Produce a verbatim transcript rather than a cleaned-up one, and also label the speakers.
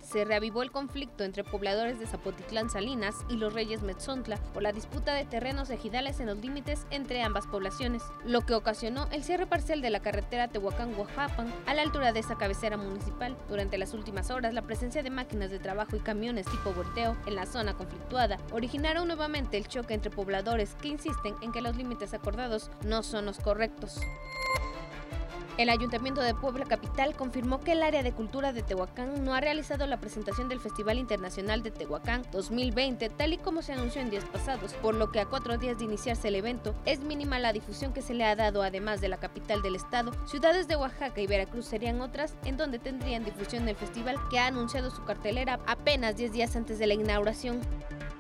Speaker 1: se reavivó el conflicto entre pobladores de Zapotitlán Salinas y los Reyes Metzontla por la disputa de terrenos ejidales en los límites entre ambas poblaciones, lo que ocasionó el cierre parcial de la carretera Tehuacán-Huajuapan a la altura de esa cabecera municipal. Durante las últimas horas, la presencia de máquinas de trabajo y camiones tipo volteo en la zona conflictuada originaron nuevamente el choque entre pobladores que insisten en que los límites acordados no son los correctos. El Ayuntamiento de Puebla Capital confirmó que el área de cultura de Tehuacán no ha realizado la presentación del Festival Internacional de Tehuacán dos mil veinte, tal y como se anunció en días pasados, por lo que a cuatro días de iniciarse el evento, es mínima la difusión que se le ha dado. Además de la capital del estado, ciudades de Oaxaca y Veracruz serían otras en donde tendrían difusión del festival, que ha anunciado su cartelera apenas diez días antes de la inauguración.